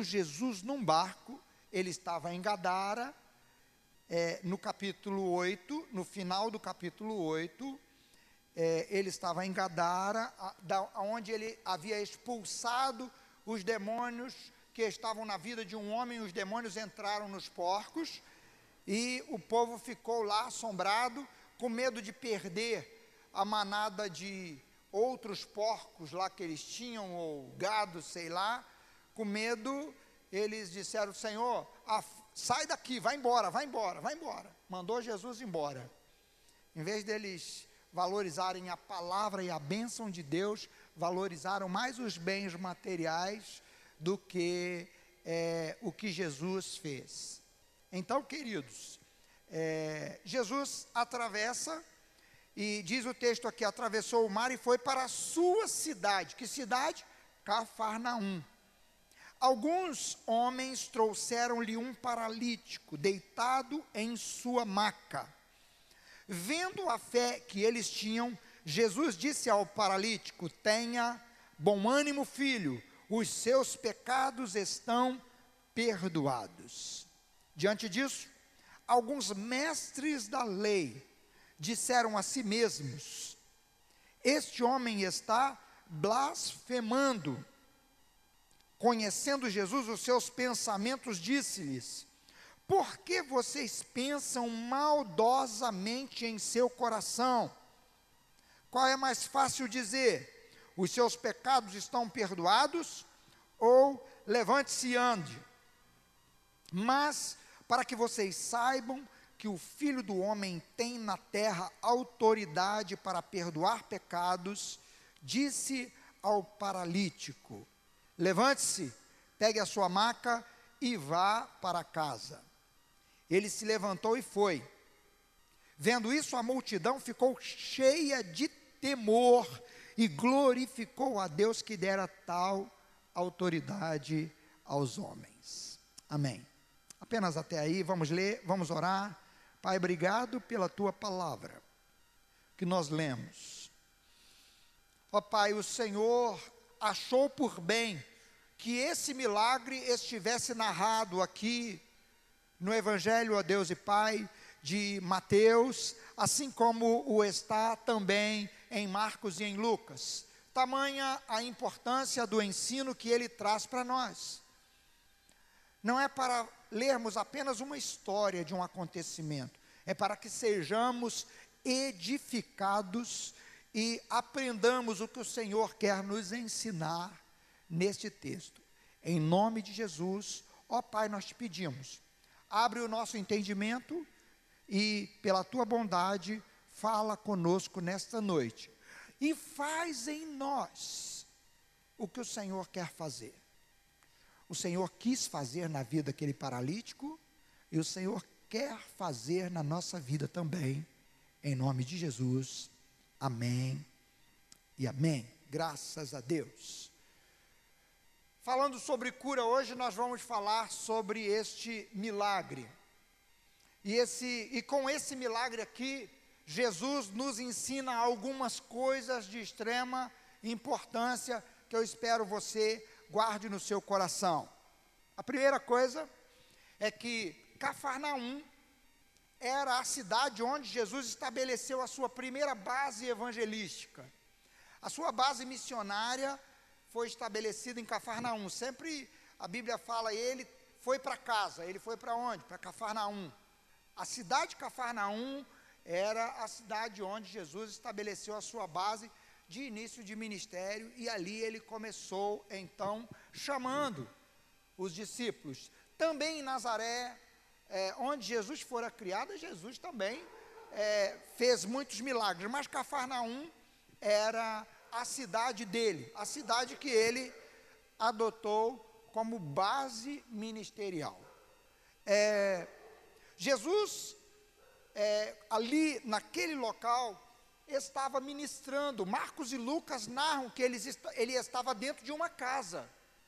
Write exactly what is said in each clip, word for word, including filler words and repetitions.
entrando Jesus num barco, ele estava em Gadara, é, no capítulo oito, no final do capítulo oito, é, ele estava em Gadara, a, da, onde ele havia expulsado os demônios que estavam na vida de um homem. Os demônios entraram nos porcos, e o povo ficou lá assombrado, com medo de perder a manada de outros porcos lá que eles tinham, ou gado, sei lá. Com medo, eles disseram: Senhor, a, sai daqui, vai embora, vai embora, vai embora. Mandou Jesus embora. Em vez deles valorizarem a palavra e a bênção de Deus, valorizaram mais os bens materiais do que é, o que Jesus fez. Então, queridos, é, Jesus atravessa, e diz o texto aqui, atravessou o mar e foi para a sua cidade. Que cidade? Cafarnaum. Alguns homens trouxeram-lhe um paralítico, deitado em sua maca. Vendo a fé que eles tinham, Jesus disse ao paralítico: tenha bom ânimo, filho, os seus pecados estão perdoados. Diante disso, alguns mestres da lei disseram a si mesmos: este homem está blasfemando. Conhecendo Jesus os seus pensamentos, disse-lhes: por que vocês pensam maldosamente em seu coração? Qual é mais fácil dizer: os seus pecados estão perdoados, ou levante-se e ande? Mas, para que vocês saibam que o Filho do Homem tem na terra autoridade para perdoar pecados, disse ao paralítico: levante-se, pegue a sua maca e vá para casa. Ele se levantou e foi. Vendo isso, a multidão ficou cheia de temor e glorificou a Deus que dera tal autoridade aos homens. Amém. Apenas até aí, vamos ler, vamos orar. Pai, obrigado pela tua palavra que nós lemos. Ó Pai, o Senhor achou por bem que esse milagre estivesse narrado aqui no Evangelho, ó Deus e Pai, de Mateus, assim como o está também em Marcos e em Lucas. Tamanha a importância do ensino que ele traz para nós. Não é para lermos apenas uma história de um acontecimento, é para que sejamos edificados e aprendamos o que o Senhor quer nos ensinar neste texto. Em nome de Jesus, ó Pai, nós te pedimos, abre o nosso entendimento e, pela tua bondade, fala conosco nesta noite. E faz em nós o que o Senhor quer fazer. O Senhor quis fazer na vida daquele paralítico, e o Senhor quer fazer na nossa vida também. Em nome de Jesus, amém e amém. Graças a Deus. Falando sobre cura hoje, nós vamos falar sobre este milagre. E, esse, e com esse milagre aqui, Jesus nos ensina algumas coisas de extrema importância que eu espero você guarde no seu coração. A primeira coisa é que Cafarnaum era a cidade onde Jesus estabeleceu a sua primeira base evangelística. A sua base missionária foi estabelecida em Cafarnaum. Sempre a Bíblia fala, ele foi para casa. Ele foi para onde? Para Cafarnaum. A cidade de Cafarnaum era a cidade onde Jesus estabeleceu a sua base de início de ministério, e ali ele começou, então, chamando os discípulos. Também em Nazaré, é, onde Jesus fora criado, Jesus também é, fez muitos milagres, mas Cafarnaum era a cidade dele, a cidade que ele adotou como base ministerial. É, Jesus, é, ali naquele local, estava ministrando. Marcos e Lucas narram que eles, ele estava dentro de uma casa,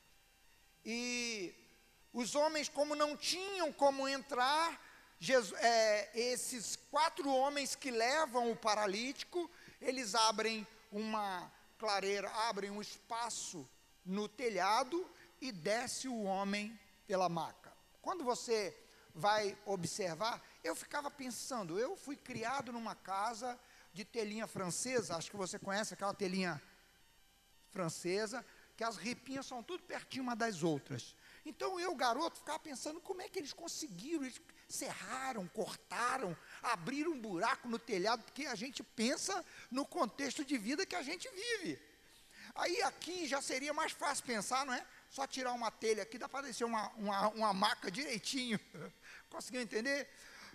e os homens, como não tinham como entrar, Jesus, é, esses quatro homens que levam o paralítico, eles abrem uma clareira, abrem um espaço no telhado, e desce o homem pela maca. Quando você vai observar, eu ficava pensando, eu fui criado numa casa de telinha francesa, acho que você conhece aquela telinha francesa, que as ripinhas são tudo pertinho uma das outras. Então eu, garoto, ficava pensando, como é que eles conseguiram? Eles serraram, cortaram, abriram um buraco no telhado, porque a gente pensa no contexto de vida que a gente vive. Aí aqui já seria mais fácil pensar, não é? Só tirar uma telha aqui, dá para descer uma, uma, uma maca direitinho. Conseguiu entender?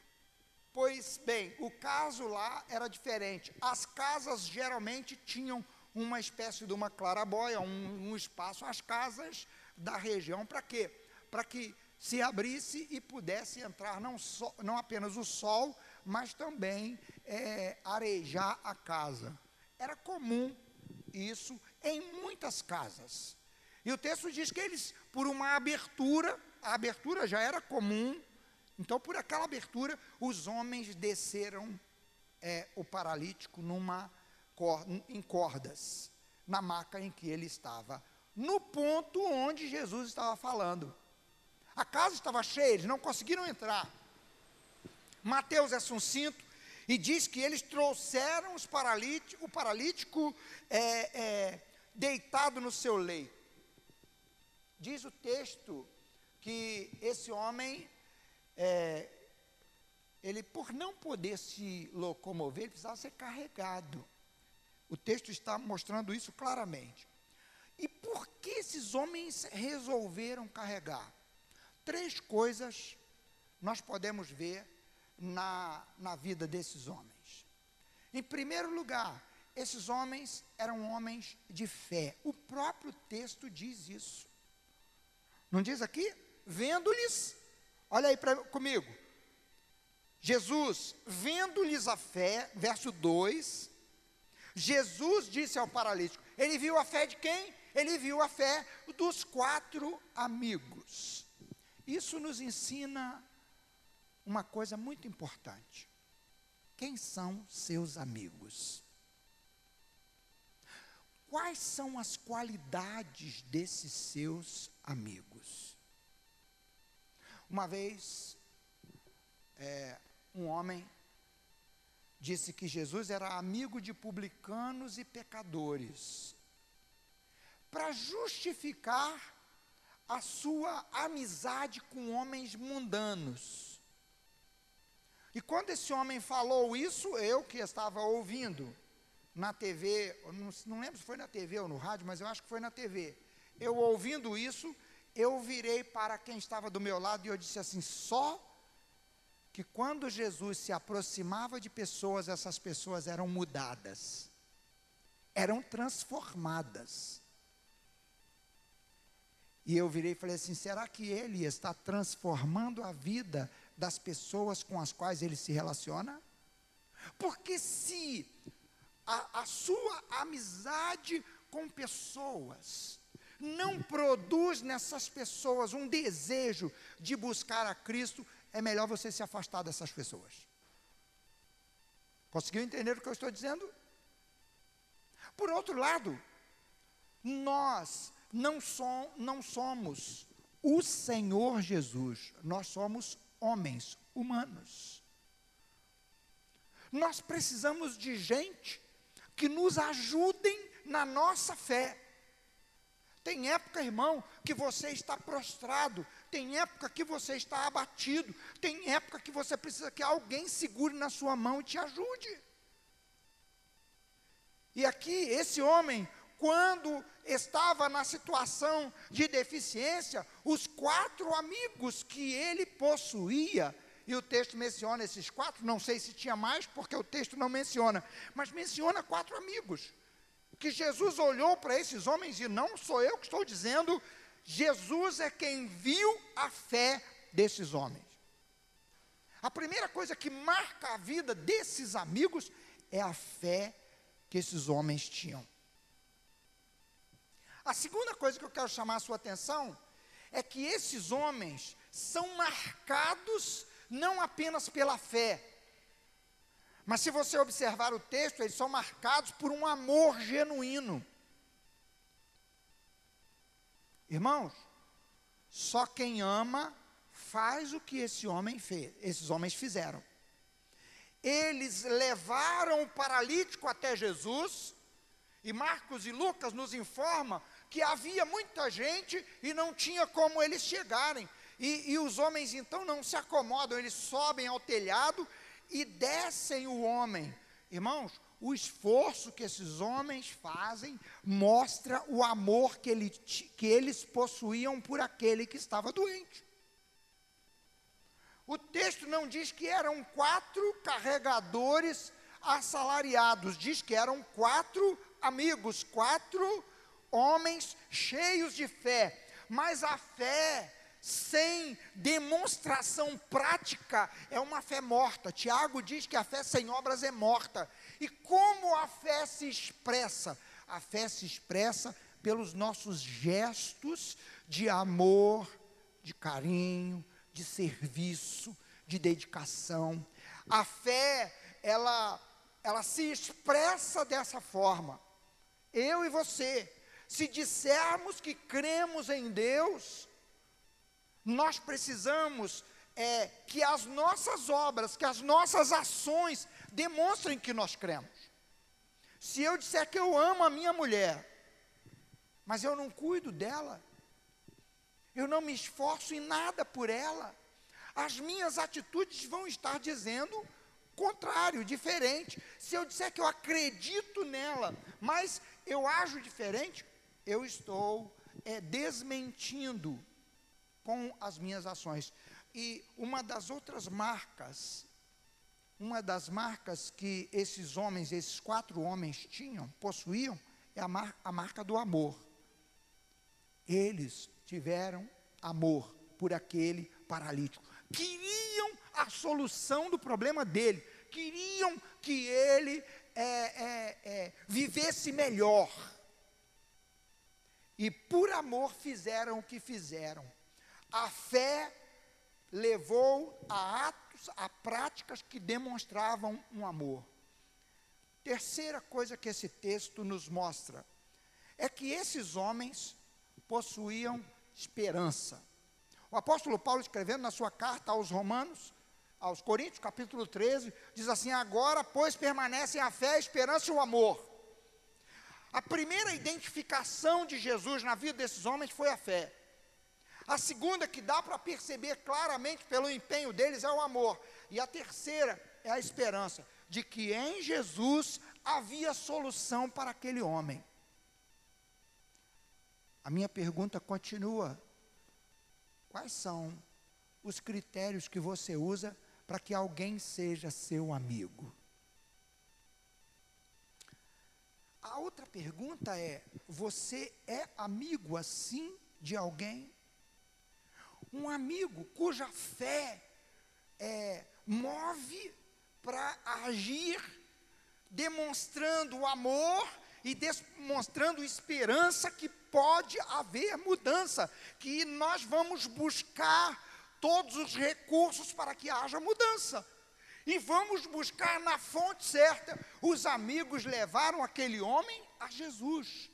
Pois bem, o caso lá era diferente. As casas geralmente tinham uma espécie de uma clarabóia, um, um espaço, as casas da região, para quê? Para que se abrisse e pudesse entrar não, só, não apenas o sol, mas também é, arejar a casa. Era comum isso em muitas casas. E o texto diz que eles, por uma abertura, a abertura já era comum, então por aquela abertura, os homens desceram é, o paralítico numa, em cordas, na maca em que ele estava, no ponto onde Jesus estava falando. A casa estava cheia, eles não conseguiram entrar. Mateus é sucinto e diz que eles trouxeram os paralítico, o paralítico é, é, deitado no seu leito. Diz o texto que esse homem, é, ele por não poder se locomover, ele precisava ser carregado. O texto está mostrando isso claramente. E por que esses homens resolveram carregar? Três coisas nós podemos ver na, na vida desses homens. Em primeiro lugar, esses homens eram homens de fé. O próprio texto diz isso. Não diz aqui? Vendo-lhes, olha aí pra, comigo. Jesus, vendo-lhes a fé, verso dois, Jesus disse ao paralítico, ele viu a fé de quem? Ele viu a fé dos quatro amigos. Isso nos ensina uma coisa muito importante. Quem são seus amigos? Quais são as qualidades desses seus amigos? Uma vez, é, um homem disse que Jesus era amigo de publicanos e pecadores, para justificar a sua amizade com homens mundanos. E quando esse homem falou isso, eu que estava ouvindo na T V, não, não lembro se foi na T V ou no rádio, mas eu acho que foi na T V. Eu ouvindo isso, eu virei para quem estava do meu lado e eu disse assim, só que quando Jesus se aproximava de pessoas, essas pessoas eram mudadas, eram transformadas. E eu virei e falei assim, será que ele está transformando a vida das pessoas com as quais ele se relaciona? Porque se a, a sua amizade com pessoas não produz nessas pessoas um desejo de buscar a Cristo, é melhor você se afastar dessas pessoas. Conseguiu entender o que eu estou dizendo? Por outro lado, nós não, som, não somos o Senhor Jesus, nós somos homens humanos. Nós precisamos de gente que nos ajudem na nossa fé. Tem época, irmão, que você está prostrado, tem época que você está abatido, tem época que você precisa que alguém segure na sua mão e te ajude. E aqui, esse homem, quando estava na situação de deficiência, os quatro amigos que ele possuía, e o texto menciona esses quatro, não sei se tinha mais, porque o texto não menciona, mas menciona quatro amigos, que Jesus olhou para esses homens, e não sou eu que estou dizendo, Jesus é quem viu a fé desses homens. A primeira coisa que marca a vida desses amigos é a fé que esses homens tinham. A segunda coisa que eu quero chamar a sua atenção é que esses homens são marcados não apenas pela fé, mas se você observar o texto, eles são marcados por um amor genuíno. Irmãos, Só quem ama faz o que esse homem fez, esses homens fizeram. Eles levaram o paralítico até Jesus, e Marcos e Lucas nos informam que havia muita gente e não tinha como eles chegarem. E, e os homens então não se acomodam, eles sobem ao telhado e descem o homem. Irmãos, o esforço que esses homens fazem mostra o amor que, ele, que eles possuíam por aquele que estava doente. O texto não diz que eram quatro carregadores assalariados, diz que eram quatro amigos, quatro homens cheios de fé. Mas a fé sem demonstração prática é uma fé morta. Tiago diz que a fé sem obras é morta. E como a fé se expressa? A fé se expressa pelos nossos gestos de amor, de carinho, de serviço, de dedicação. A fé, ela, ela se expressa dessa forma. Eu e você, se dissermos que cremos em Deus, nós precisamos é, que as nossas obras, que as nossas ações demonstrem que nós cremos. Se eu disser que eu amo a minha mulher, mas eu não cuido dela, eu não me esforço em nada por ela, as minhas atitudes vão estar dizendo contrário, diferente. Se eu disser que eu acredito nela, mas eu ajo diferente, eu estou é, desmentindo com as minhas ações. E uma das outras marcas, uma das marcas que esses homens, esses quatro homens tinham, possuíam, é a, mar, a marca do amor. Eles tiveram amor por aquele paralítico. Queriam a solução do problema dele. Queriam que ele é, é, é, vivesse melhor. E por amor fizeram o que fizeram. A fé levou a atos, a práticas que demonstravam um amor. Terceira coisa que esse texto nos mostra é que esses homens possuíam esperança. O apóstolo Paulo, escrevendo na sua carta aos Romanos, aos Coríntios, capítulo treze, diz assim: agora, pois, permanecem a fé, a esperança e o amor. A primeira identificação de Jesus na vida desses homens foi a fé. A segunda, que dá para perceber claramente pelo empenho deles, é o amor. E a terceira é a esperança, de que em Jesus havia solução para aquele homem. A minha pergunta continua: quais são os critérios que você usa para que alguém seja seu amigo? A outra pergunta é: você é amigo assim de alguém? Um amigo cuja fé é, move para agir, demonstrando amor e demonstrando esperança que pode haver mudança, que nós vamos buscar todos os recursos para que haja mudança. E vamos buscar na fonte certa. Os amigos levaram aquele homem a Jesus.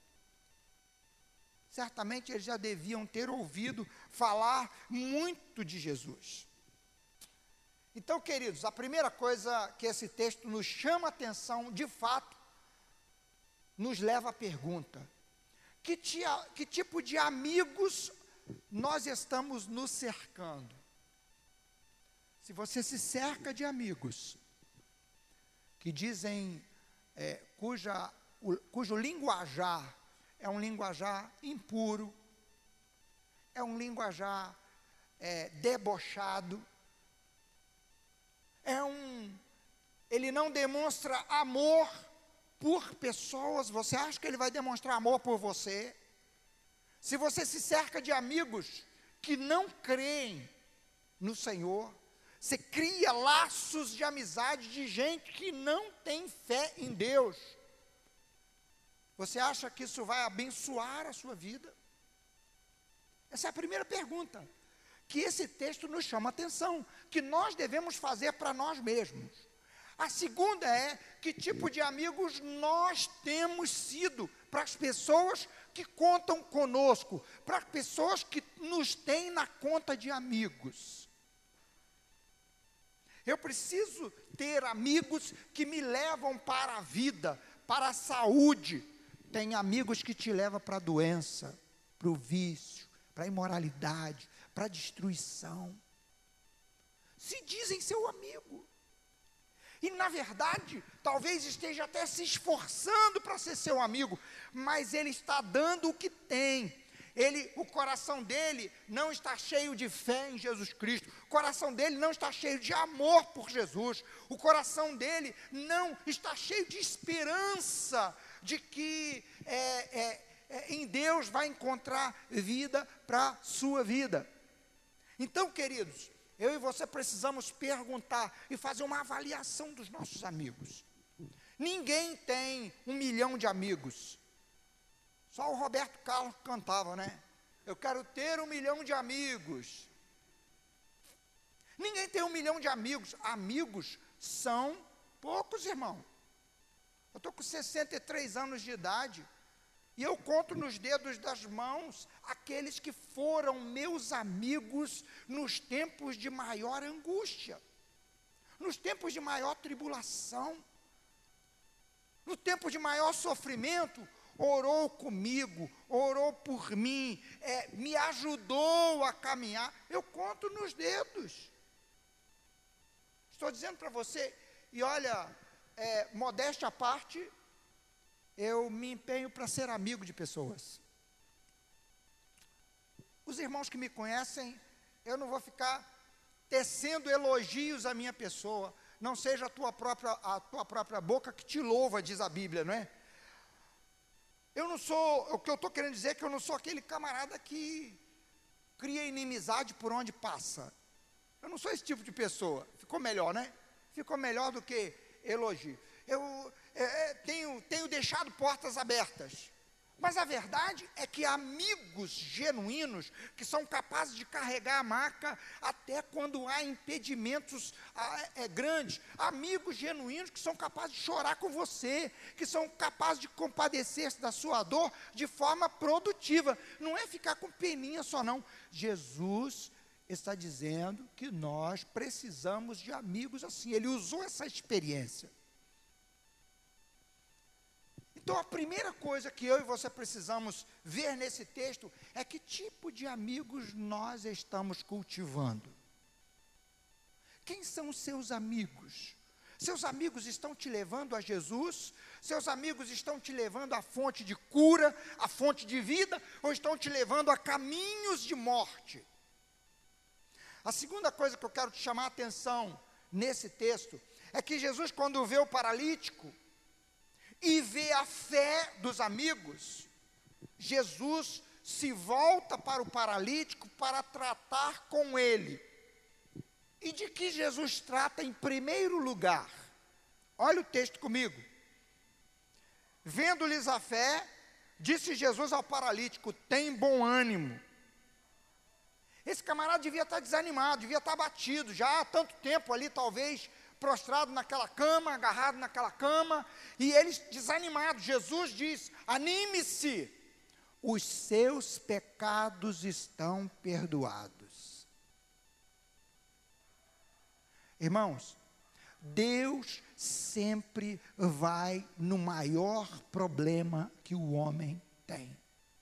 Certamente eles já deviam ter ouvido falar muito de Jesus. Então, queridos, a primeira coisa que esse texto nos chama a atenção, de fato, nos leva à pergunta: que, tia, que tipo de amigos nós estamos nos cercando? Se você se cerca de amigos que dizem, é, cuja, o, cujo linguajar é um linguajar impuro, é um linguajar é, debochado, é um, ele não demonstra amor por pessoas, você acha que ele vai demonstrar amor por você? Se você se cerca de amigos que não creem no Senhor, você cria laços de amizade de gente que não tem fé em Deus, você acha que isso vai abençoar a sua vida? Essa é a primeira pergunta que esse texto nos chama a atenção, que nós devemos fazer para nós mesmos. A segunda é: que tipo de amigos nós temos sido para as pessoas que contam conosco, para pessoas que nos têm na conta de amigos. Eu preciso ter amigos que me levam para a vida, para a saúde. Tem amigos que te levam para a doença, para o vício, para a imoralidade, para a destruição. Se dizem seu amigo. E, na verdade, talvez esteja até se esforçando para ser seu amigo, mas ele está dando o que tem. Ele, o coração dele não está cheio de fé em Jesus Cristo, o coração dele não está cheio de amor por Jesus, o coração dele não está cheio de esperança de que é, é, é, em Deus vai encontrar vida para a sua vida. Então, queridos, eu e você precisamos perguntar e fazer uma avaliação dos nossos amigos. Ninguém tem um milhão de amigos. Só o Roberto Carlos cantava, né? Eu quero ter um milhão de amigos. Ninguém tem um milhão de amigos. Amigos são poucos, irmão. Eu estou com sessenta e três anos de idade. E eu conto nos dedos das mãos aqueles que foram meus amigos nos tempos de maior angústia, nos tempos de maior tribulação, no tempo de maior sofrimento. Orou comigo, orou por mim, é, me ajudou a caminhar. Eu conto nos dedos. Estou dizendo para você, e olha, é, modéstia à parte, eu me empenho para ser amigo de pessoas. Os irmãos que me conhecem, eu não vou ficar tecendo elogios à minha pessoa. Não seja a tua própria, a tua própria boca que te louva, diz a Bíblia, não é? Eu não sou, o que eu estou querendo dizer é que eu não sou aquele camarada que cria inimizade por onde passa. Eu não sou esse tipo de pessoa. Ficou melhor, né? Ficou melhor do que elogio. Eu é, tenho, tenho deixado portas abertas. Mas a verdade é que amigos genuínos, que são capazes de carregar a maca até quando há impedimentos ah, é, grandes, amigos genuínos que são capazes de chorar com você, que são capazes de compadecer-se da sua dor de forma produtiva, não é ficar com peninha só não. Jesus está dizendo que nós precisamos de amigos assim, ele usou essa experiência. Então, a primeira coisa que eu e você precisamos ver nesse texto é que tipo de amigos nós estamos cultivando. Quem são os seus amigos? Seus amigos estão te levando a Jesus? Seus amigos estão te levando à fonte de cura, à fonte de vida, ou estão te levando a caminhos de morte? A segunda coisa que eu quero te chamar a atenção nesse texto é que Jesus, quando vê o paralítico, e vê a fé dos amigos, Jesus se volta para o paralítico para tratar com ele. E de que Jesus trata em primeiro lugar? Olha o texto comigo. Vendo-lhes a fé, disse Jesus ao paralítico: tem bom ânimo. Esse camarada devia estar desanimado, devia estar abatido, já há tanto tempo ali talvez, prostrado naquela cama, agarrado naquela cama, e eles desanimados. Jesus diz: anime-se, os seus pecados estão perdoados. Irmãos, Deus sempre vai no maior problema que o homem tem.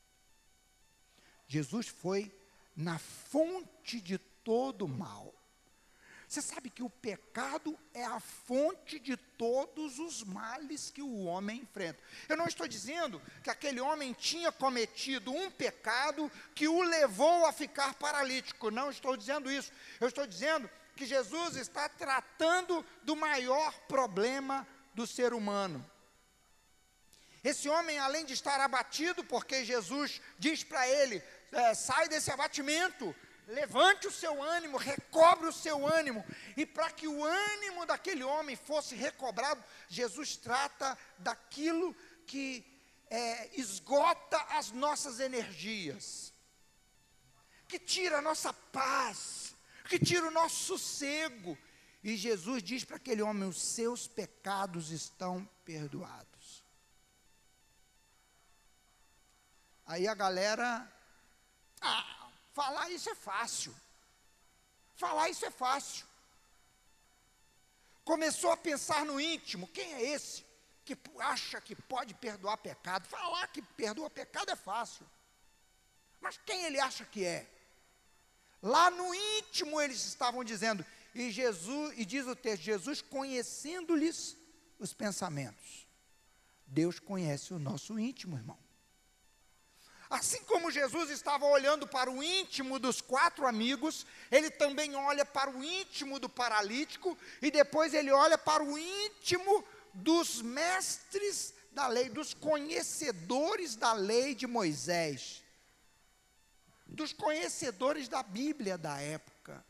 Jesus foi na fonte de todo mal. Você sabe que o pecado é a fonte de todos os males que o homem enfrenta. Eu não estou dizendo que aquele homem tinha cometido um pecado que o levou a ficar paralítico. Não estou dizendo isso. Eu estou dizendo que Jesus está tratando do maior problema do ser humano. Esse homem, além de estar abatido, porque Jesus diz para ele, é, sai desse abatimento, levante o seu ânimo, recobre o seu ânimo. E para que o ânimo daquele homem fosse recobrado, Jesus trata daquilo que é, esgota as nossas energias, que tira a nossa paz, que tira o nosso sossego. E Jesus diz para aquele homem: os seus pecados estão perdoados. Aí a galera, ah, falar isso é fácil. Falar isso é fácil. Começou a pensar no íntimo. Quem é esse que acha que pode perdoar pecado? Falar que perdoa pecado é fácil. Mas quem ele acha que é? Lá no íntimo eles estavam dizendo, e Jesus, e diz o texto, Jesus conhecendo-lhes os pensamentos. Deus conhece o nosso íntimo, irmão. Assim como Jesus estava olhando para o íntimo dos quatro amigos, ele também olha para o íntimo do paralítico, e depois ele olha para o íntimo dos mestres da lei, dos conhecedores da lei de Moisés, dos conhecedores da Bíblia da época.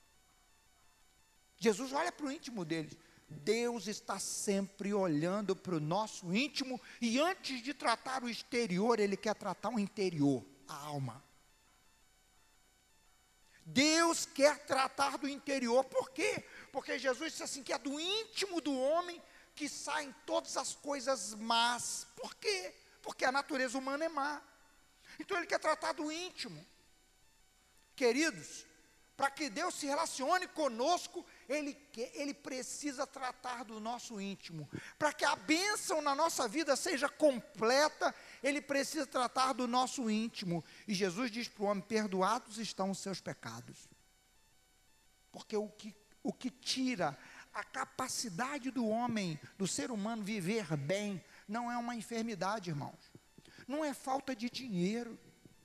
Jesus olha para o íntimo deles. Deus está sempre olhando para o nosso íntimo, e antes de tratar o exterior, Ele quer tratar o interior, a alma. Deus quer tratar do interior. Por quê? Porque Jesus disse assim, que é do íntimo do homem que saem todas as coisas más. Por quê? Porque a natureza humana é má. Então Ele quer tratar do íntimo. Queridos, para que Deus se relacione conosco, Ele, quer, Ele precisa tratar do nosso íntimo. Para que a bênção na nossa vida seja completa, Ele precisa tratar do nosso íntimo. E Jesus diz para o homem, perdoados estão os seus pecados. Porque o que, o que tira a capacidade do homem, do ser humano viver bem, não é uma enfermidade, irmãos. Não é falta de dinheiro.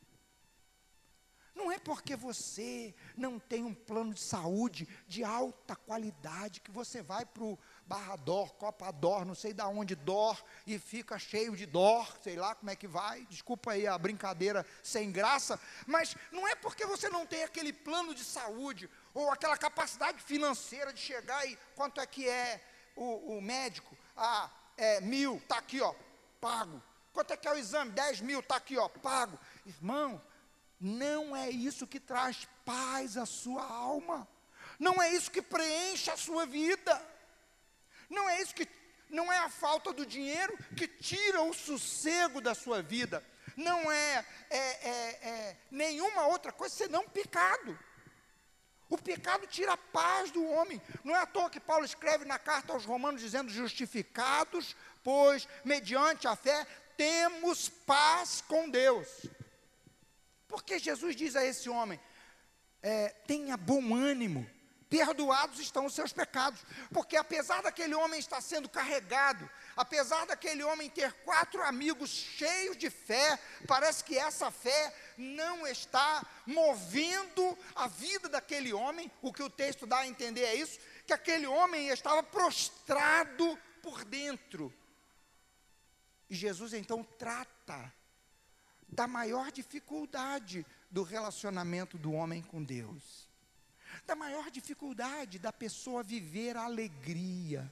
Não é porque você não tem um plano de saúde de alta qualidade, que você vai para o Barra Dor, Copa Dor, não sei de onde Dor, e fica cheio de dor, sei lá como é que vai, desculpa aí a brincadeira sem graça, mas não é porque você não tem aquele plano de saúde, ou aquela capacidade financeira de chegar e, quanto é que é o, o médico? Ah, é mil, está aqui ó, pago. Quanto é que é o exame? Dez mil, está aqui ó, pago. Irmão, não é isso que traz paz à sua alma. Não é isso que preenche a sua vida. Não é isso que, não é a falta do dinheiro que tira o sossego da sua vida. Não é, é, é, é nenhuma outra coisa senão pecado. O pecado tira a paz do homem. Não é à toa que Paulo escreve na carta aos Romanos dizendo, justificados, pois mediante a fé temos paz com Deus. Porque Jesus diz a esse homem, é, tenha bom ânimo, perdoados estão os seus pecados. Porque apesar daquele homem estar sendo carregado, apesar daquele homem ter quatro amigos cheios de fé, parece que essa fé não está movendo a vida daquele homem. O que o texto dá a entender é isso, que aquele homem estava prostrado por dentro. E Jesus então trata da maior dificuldade do relacionamento do homem com Deus, da maior dificuldade da pessoa viver a alegria.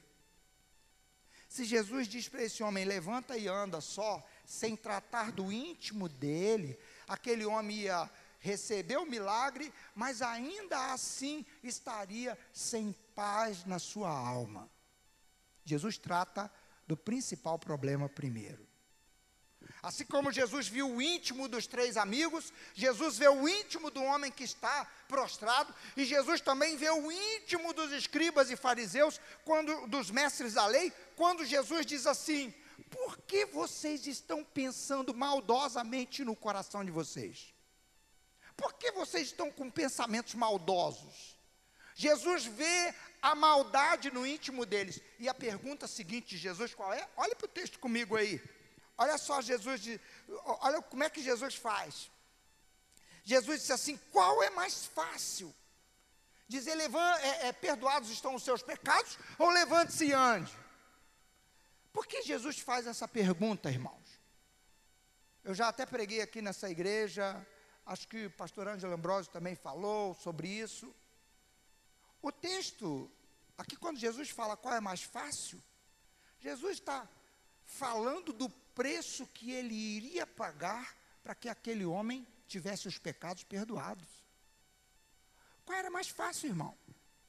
Se Jesus diz para esse homem, levanta e anda só, sem tratar do íntimo dele, aquele homem ia receber o milagre, mas ainda assim estaria sem paz na sua alma. Jesus trata do principal problema primeiro. Assim como Jesus viu o íntimo dos três amigos, Jesus vê o íntimo do homem que está prostrado, e Jesus também vê o íntimo dos escribas e fariseus, quando, dos mestres da lei, quando Jesus diz assim, por que vocês estão pensando maldosamente no coração de vocês? Por que vocês estão com pensamentos maldosos? Jesus vê a maldade no íntimo deles, e a pergunta seguinte de Jesus qual é? Olha para o texto comigo aí. Olha só Jesus, olha como é que Jesus faz. Jesus disse assim, qual é mais fácil? Dizer, é, é, perdoados estão os seus pecados, ou levante-se e ande? Por que Jesus faz essa pergunta, irmãos? Eu já até preguei aqui nessa igreja, acho que o pastor Ângelo Ambrosio também falou sobre isso. O texto, aqui quando Jesus fala qual é mais fácil, Jesus está falando do preço que ele iria pagar para que aquele homem tivesse os pecados perdoados. Qual era mais fácil, irmão?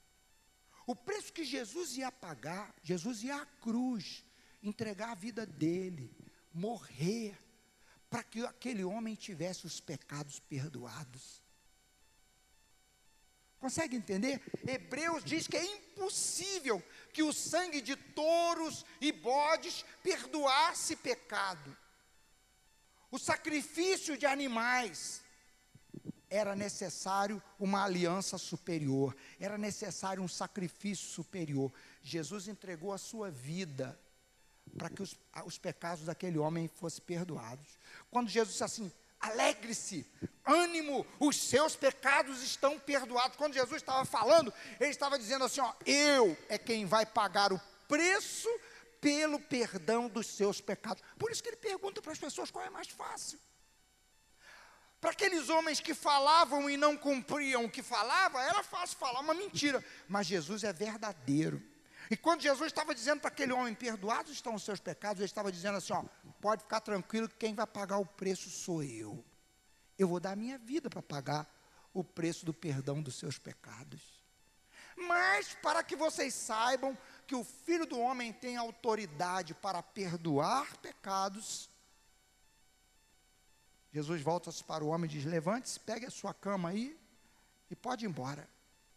O preço que Jesus ia pagar, Jesus ia à cruz, entregar a vida dele, morrer, para que aquele homem tivesse os pecados perdoados. Consegue entender? Hebreus diz que é impossível que o sangue de touros e bodes perdoasse pecado. O sacrifício de animais, era necessário uma aliança superior, era necessário um sacrifício superior. Jesus entregou a sua vida para que os, os pecados daquele homem fossem perdoados. Quando Jesus disse assim: alegre-se, ânimo, os seus pecados estão perdoados. Quando Jesus estava falando, ele estava dizendo assim, ó, eu é quem vai pagar o preço pelo perdão dos seus pecados. Por isso que ele pergunta para as pessoas qual é mais fácil. Para aqueles homens que falavam e não cumpriam o que falava, era fácil falar uma mentira, mas Jesus é verdadeiro. E quando Jesus estava dizendo para aquele homem, perdoados estão os seus pecados, ele estava dizendo assim, ó, pode ficar tranquilo que quem vai pagar o preço sou eu. Eu vou dar a minha vida para pagar o preço do perdão dos seus pecados. Mas para que vocês saibam que o Filho do Homem tem autoridade para perdoar pecados, Jesus volta-se para o homem e diz, levante-se, pegue a sua cama aí e pode ir embora.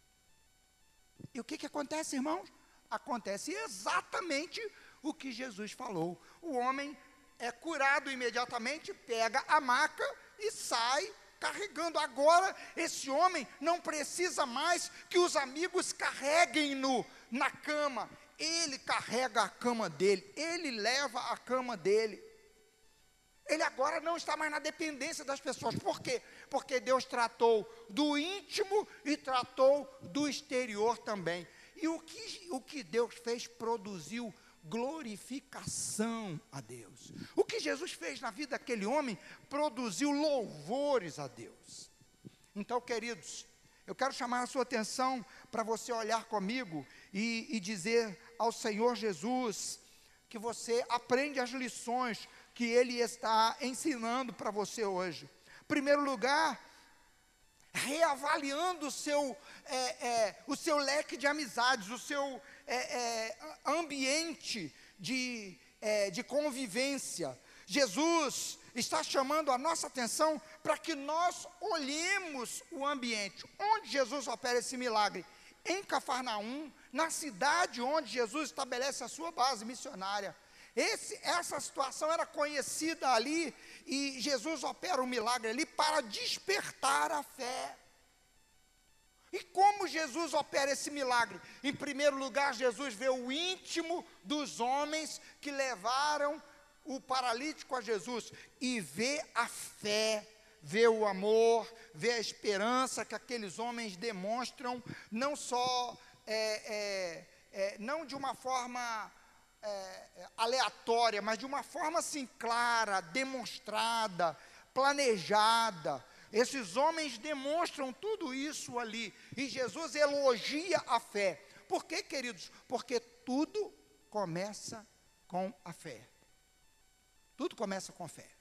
E o que, que acontece, irmãos? Acontece exatamente o que Jesus falou. O homem é curado imediatamente, pega a maca e sai carregando. Agora, esse homem não precisa mais que os amigos carreguem-no na cama. Ele carrega a cama dele, ele leva a cama dele. Ele agora não está mais na dependência das pessoas. Por quê? Porque Deus tratou do íntimo e tratou do exterior também. E o que, o que Deus fez produziu glorificação a Deus. O que Jesus fez na vida daquele homem produziu louvores a Deus. Então, queridos, eu quero chamar a sua atenção para você olhar comigo e, e dizer ao Senhor Jesus que você aprende as lições que Ele está ensinando para você hoje. Em primeiro lugar, reavaliando o seu, é, é, o seu leque de amizades, o seu é, é, ambiente de, é, de convivência. Jesus está chamando a nossa atenção para que nós olhemos o ambiente. Onde Jesus opera esse milagre? Em Cafarnaum, na cidade onde Jesus estabelece a sua base missionária. Esse, essa situação era conhecida ali, e Jesus opera um milagre ali para despertar a fé. E como Jesus opera esse milagre? Em primeiro lugar, Jesus vê o íntimo dos homens que levaram o paralítico a Jesus, e vê a fé, vê o amor, vê a esperança que aqueles homens demonstram, não só, é, é, é, não de uma forma É, aleatória, mas de uma forma assim clara, demonstrada, planejada. Esses homens demonstram tudo isso ali, e Jesus elogia a fé. Por quê, queridos? Porque tudo começa com a fé. Tudo começa com fé.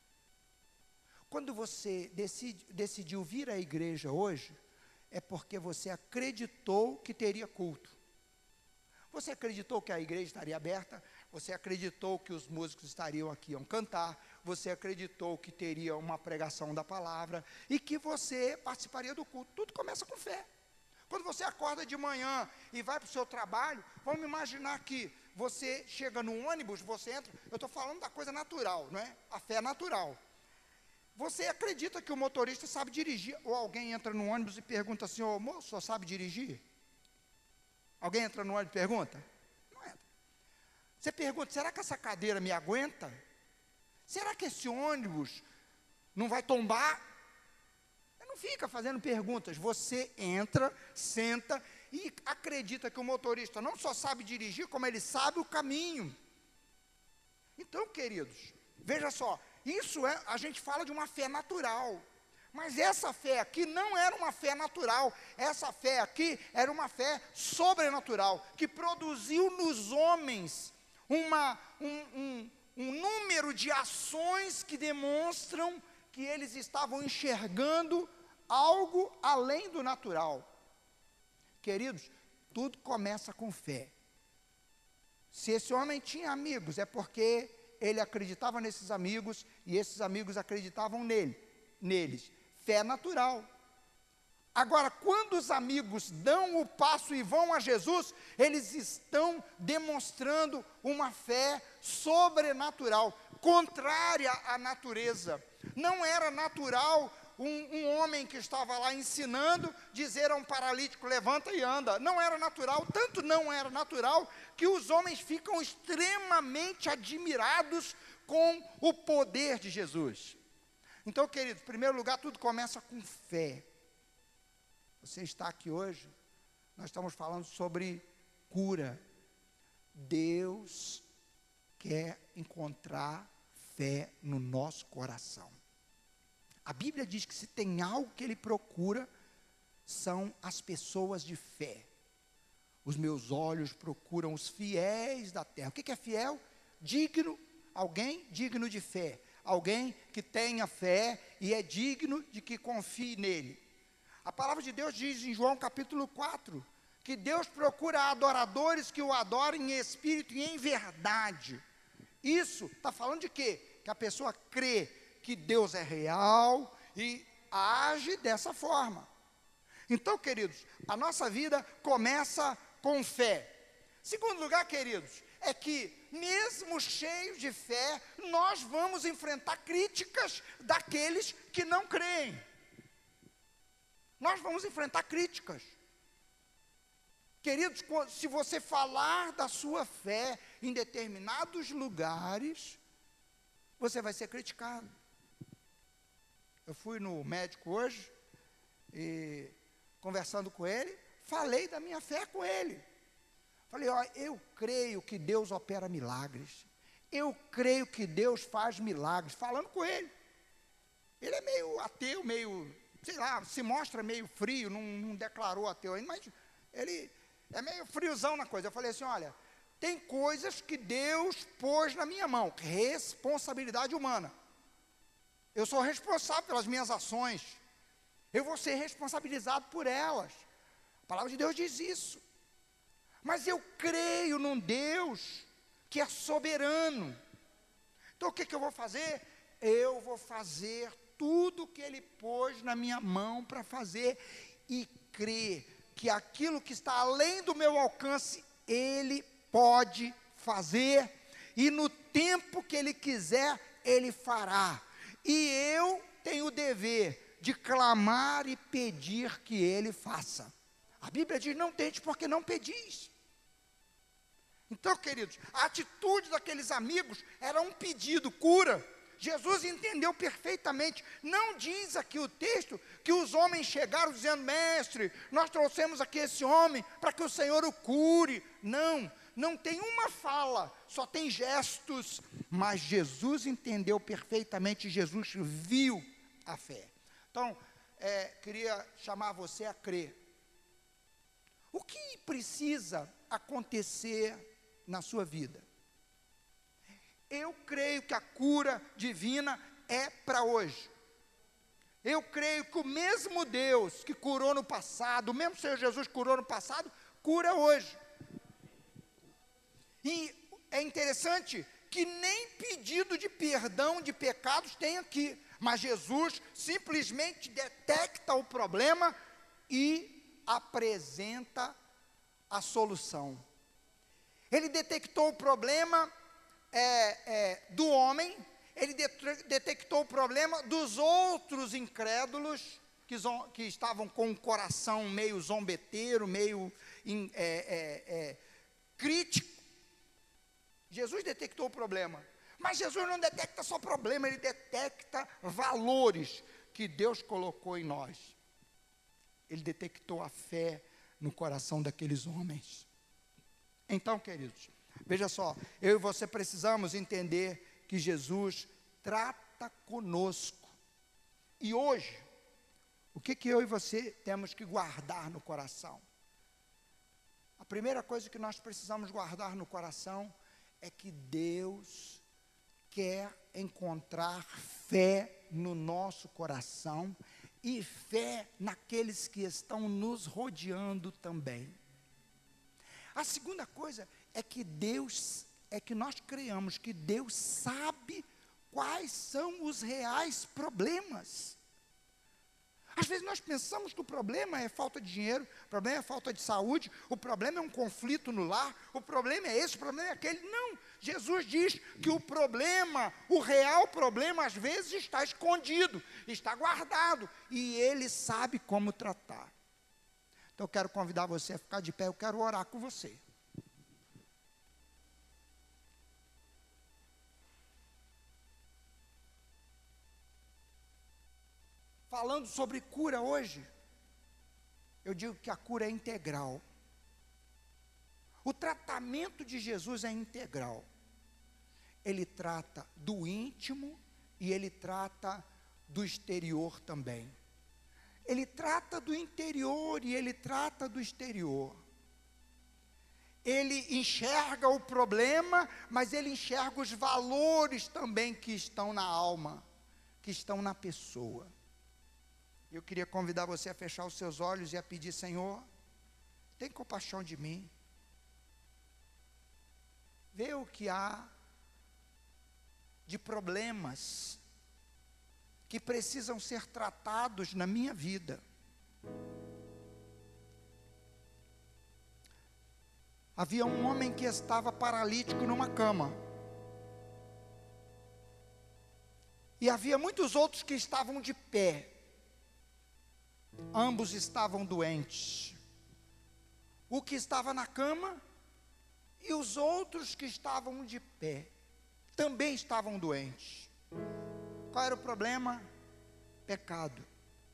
Quando você decide, decidiu vir à igreja hoje, é porque você acreditou que teria culto. Você acreditou que a igreja estaria aberta, você acreditou que os músicos estariam aqui, iam cantar, você acreditou que teria uma pregação da palavra, e que você participaria do culto. Tudo começa com fé. Quando você acorda de manhã e vai para o seu trabalho, vamos imaginar que você chega no ônibus, você entra, eu estou falando da coisa natural, não é? A fé é natural. Você acredita que o motorista sabe dirigir, ou alguém entra no ônibus e pergunta assim, ô moço, só sabe dirigir? Alguém entra no ônibus e pergunta? Não entra. Você pergunta, será que essa cadeira me aguenta? Será que esse ônibus não vai tombar? Você não fica fazendo perguntas. Você entra, senta e acredita que o motorista não só sabe dirigir, como ele sabe o caminho. Então, queridos, veja só, isso é, a gente fala de uma fé natural. Mas essa fé aqui não era uma fé natural, essa fé aqui era uma fé sobrenatural, que produziu nos homens uma, um, um, um número de ações que demonstram que eles estavam enxergando algo além do natural. Queridos, tudo começa com fé. Se esse homem tinha amigos, é porque ele acreditava nesses amigos, e esses amigos acreditavam nele, neles. Fé natural. Agora, quando os amigos dão o passo e vão a Jesus, eles estão demonstrando uma fé sobrenatural, contrária à natureza. Não era natural um, um homem que estava lá ensinando, dizer a um paralítico, levanta e anda. Não era natural, tanto não era natural, que os homens ficam extremamente admirados com o poder de Jesus. Então, queridos, em primeiro lugar, tudo começa com fé. Você está aqui hoje, nós estamos falando sobre cura. Deus quer encontrar fé no nosso coração. A Bíblia diz que se tem algo que Ele procura, são as pessoas de fé. Os meus olhos procuram os fiéis da terra. O que é fiel? Digno, alguém digno de fé. Alguém que tenha fé e é digno de que confie nele. A palavra de Deus diz em João capítulo quatro, que Deus procura adoradores que o adorem em espírito e em verdade. Isso está falando de quê? Que a pessoa crê que Deus é real e age dessa forma. Então, queridos, a nossa vida começa com fé. Segundo lugar, queridos, é que mesmo cheios de fé, nós vamos enfrentar críticas daqueles que não creem. Nós vamos enfrentar críticas. Queridos, se você falar da sua fé em determinados lugares, você vai ser criticado. Eu fui no médico hoje, e conversando com ele, falei da minha fé com ele. Falei, ó, eu creio que Deus opera milagres. Eu creio que Deus faz milagres, falando com ele. Ele é meio ateu, meio, sei lá, se mostra meio frio, não, não declarou ateu ainda, mas ele é meio friozão na coisa. Eu falei assim, olha, tem coisas que Deus pôs na minha mão, responsabilidade humana. Eu sou responsável pelas minhas ações. Eu vou ser responsabilizado por elas. A palavra de Deus diz isso. Mas eu creio num Deus que é soberano. Então o que, que eu vou fazer? Eu vou fazer tudo o que Ele pôs na minha mão para fazer e crer que aquilo que está além do meu alcance, Ele pode fazer e no tempo que Ele quiser, Ele fará. E eu tenho o dever de clamar e pedir que Ele faça. A Bíblia diz, não tente porque não pedis. Então, queridos, a atitude daqueles amigos era um pedido, cura. Jesus entendeu perfeitamente. Não diz aqui o texto que os homens chegaram dizendo, mestre, nós trouxemos aqui esse homem para que o Senhor o cure. Não, não tem uma fala, só tem gestos. Mas Jesus entendeu perfeitamente, Jesus viu a fé. Então, é, queria chamar você a crer. O que precisa acontecer na sua vida? Eu creio que a cura divina é para hoje. Eu creio que o mesmo Deus que curou no passado, o mesmo Senhor Jesus que curou no passado, cura hoje. E é interessante que nem pedido de perdão de pecados tem aqui, mas Jesus simplesmente detecta o problema e apresenta a solução. Ele detectou o problema é, é, do homem, ele de, detectou o problema dos outros incrédulos, que, zon, que estavam com o coração meio zombeteiro, meio in, é, é, é, crítico. Jesus detectou o problema, mas Jesus não detecta só problema, Ele detecta valores que Deus colocou em nós. Ele detectou a fé no coração daqueles homens. Então, queridos, veja só, eu e você precisamos entender que Jesus trata conosco. E hoje, o que, que eu e você temos que guardar no coração? A primeira coisa que nós precisamos guardar no coração é que Deus quer encontrar fé no nosso coração e fé naqueles que estão nos rodeando também. A segunda coisa é que Deus é que nós creamos que Deus sabe quais são os reais problemas. Às vezes nós pensamos que o problema é falta de dinheiro, o problema é falta de saúde, o problema é um conflito no lar, o problema é esse, o problema é aquele. Não, Jesus diz que o problema, o real problema, às vezes está escondido, está guardado, e Ele sabe como tratar. Então eu quero convidar você a ficar de pé, eu quero orar com você. Falando sobre cura hoje, eu digo que a cura é integral. O tratamento de Jesus é integral. Ele trata do íntimo e ele trata do exterior também. Ele trata do interior e ele trata do exterior. Ele enxerga o problema, mas ele enxerga os valores também que estão na alma, que estão na pessoa. Eu queria convidar você a fechar os seus olhos e a pedir: Senhor, tem compaixão de mim. Vê o que há de problemas que precisam ser tratados na minha vida. Havia um homem que estava paralítico numa cama. E havia muitos outros que estavam de pé. Ambos estavam doentes. O que estava na cama e os outros que estavam de pé também estavam doentes. Qual era o problema? Pecado.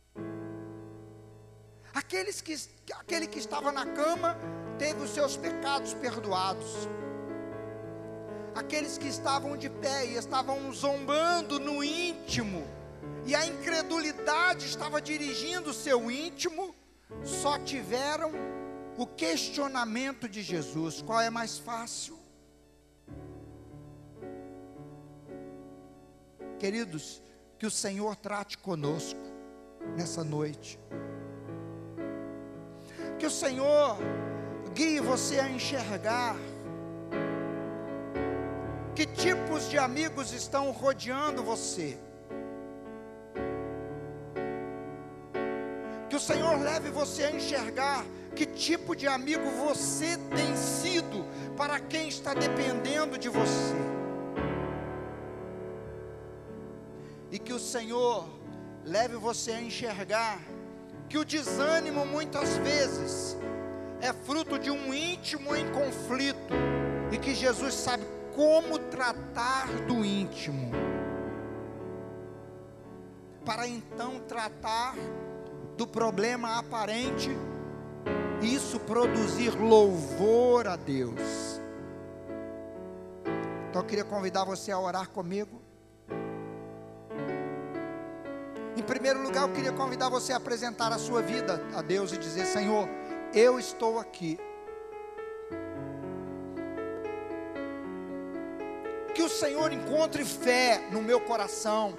Aqueles que, aquele que estava na cama teve os seus pecados perdoados. Aqueles que estavam de pé e estavam zombando no íntimo, e a incredulidade estava dirigindo o seu íntimo, só tiveram o questionamento de Jesus: qual é mais fácil? Queridos, que o Senhor trate conosco nessa noite. Que o Senhor guie você a enxergar que tipos de amigos estão rodeando você. Que o Senhor leve você a enxergar que tipo de amigo você tem sido para quem está dependendo de você. E que o Senhor leve você a enxergar que o desânimo muitas vezes é fruto de um íntimo em conflito, e que Jesus sabe como tratar do íntimo, para então tratar do problema aparente, e isso produzir louvor a Deus. Então eu queria convidar você a orar comigo. Em primeiro lugar, eu queria convidar você a apresentar a sua vida a Deus e dizer: Senhor, eu estou aqui. Que o Senhor encontre fé no meu coração.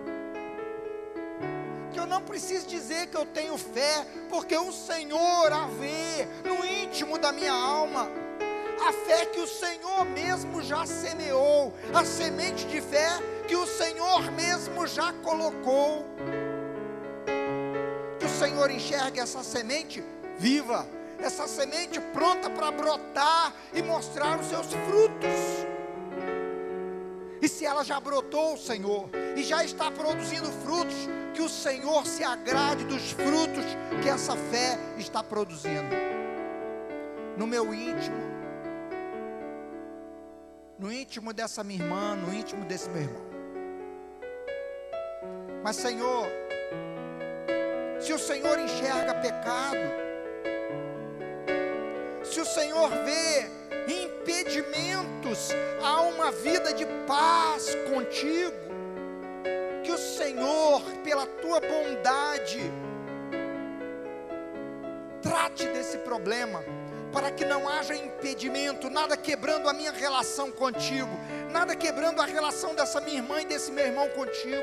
Que eu não preciso dizer que eu tenho fé, porque o Senhor a vê no íntimo da minha alma. A fé que o Senhor mesmo já semeou, a semente de fé que o Senhor mesmo já colocou. Que o Senhor enxergue essa semente viva, essa semente pronta para brotar e mostrar os seus frutos. E se ela já brotou, Senhor, e já está produzindo frutos, que o Senhor se agrade dos frutos que essa fé está produzindo. No meu íntimo, no íntimo dessa minha irmã, no íntimo desse meu irmão. Mas, Senhor, se o Senhor enxerga pecado, se o Senhor vê impedimentos a uma vida de paz contigo, que o Senhor, pela tua bondade, trate desse problema, para que não haja impedimento, nada quebrando a minha relação contigo, nada quebrando a relação dessa minha irmã e desse meu irmão contigo.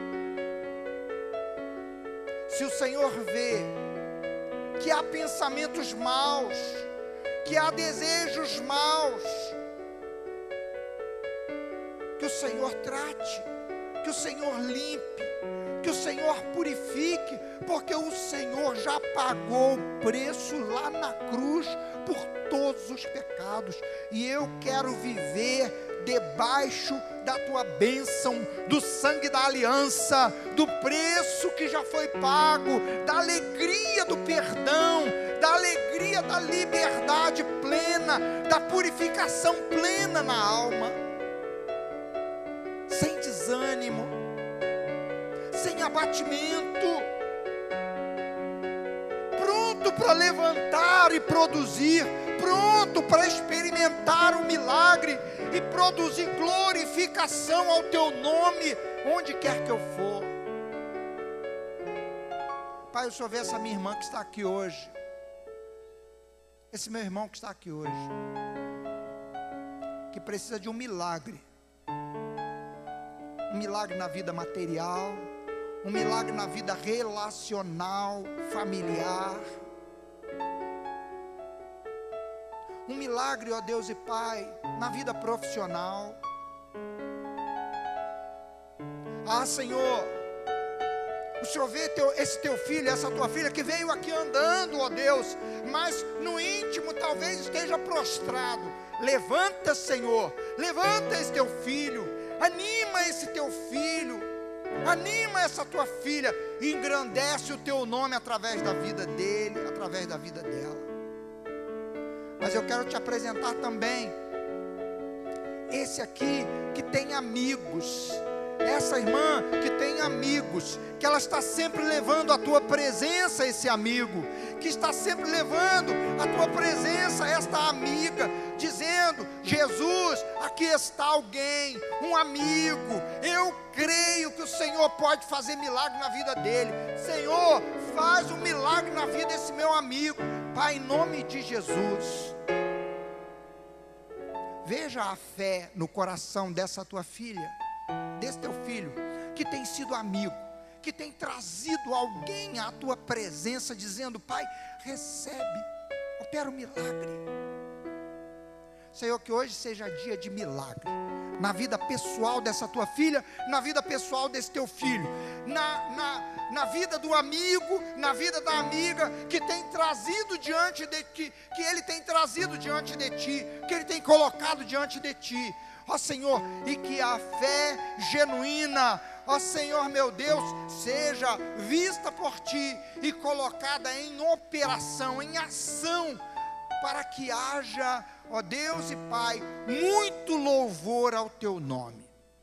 Se o Senhor vê que há pensamentos maus, que há desejos maus, o Senhor trate, que o Senhor limpe, que o Senhor purifique, porque o Senhor já pagou o preço lá na cruz por todos os pecados, e eu quero viver debaixo da tua bênção, do sangue da aliança, do preço que já foi pago, da alegria do perdão, da alegria da liberdade plena, da purificação plena na alma, sem desânimo, sem abatimento, pronto para levantar e produzir, pronto para experimentar o milagre e produzir glorificação ao teu nome, onde quer que eu for. Pai, o Senhor vê essa minha irmã que está aqui hoje, esse meu irmão que está aqui hoje, que precisa de um milagre, um milagre na vida material, um milagre na vida relacional, familiar, um milagre, ó Deus e Pai, na vida profissional. Ah, Senhor, o Senhor vê teu, esse teu filho, essa tua filha que veio aqui andando, ó Deus, mas no íntimo talvez esteja prostrado. Levanta, Senhor, levanta esse teu filho, anima esse teu filho, anima essa tua filha, e engrandece o teu nome através da vida dele, através da vida dela. Mas eu quero te apresentar também esse aqui que tem amigos, essa irmã que tem amigos, que ela está sempre levando a tua presença, esse amigo, que está sempre levando a tua presença, esta amiga, dizendo: Jesus, aqui está alguém, um amigo, eu creio que o Senhor pode fazer milagre na vida dele. Senhor, faz um milagre na vida desse meu amigo, Pai, em nome de Jesus. Veja a fé no coração dessa tua filha, desse teu filho, que tem sido amigo, que tem trazido alguém à tua presença, dizendo: Pai, recebe, opera um milagre. Senhor, que hoje seja dia de milagre, na vida pessoal dessa tua filha, na vida pessoal desse teu filho, na, na, na vida do amigo, na vida da amiga, que tem trazido diante de ti, que ele tem trazido diante de ti, que ele tem colocado diante de ti, ó Senhor, e que a fé genuína, ó Senhor meu Deus, seja vista por ti e colocada em operação, em ação, para que haja, ó Deus e Pai, muito louvor ao teu nome.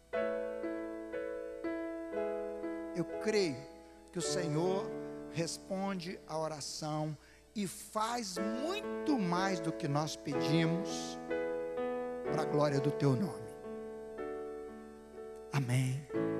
Eu creio que o Senhor responde a oração e faz muito mais do que nós pedimos, para a glória do teu nome. Amém.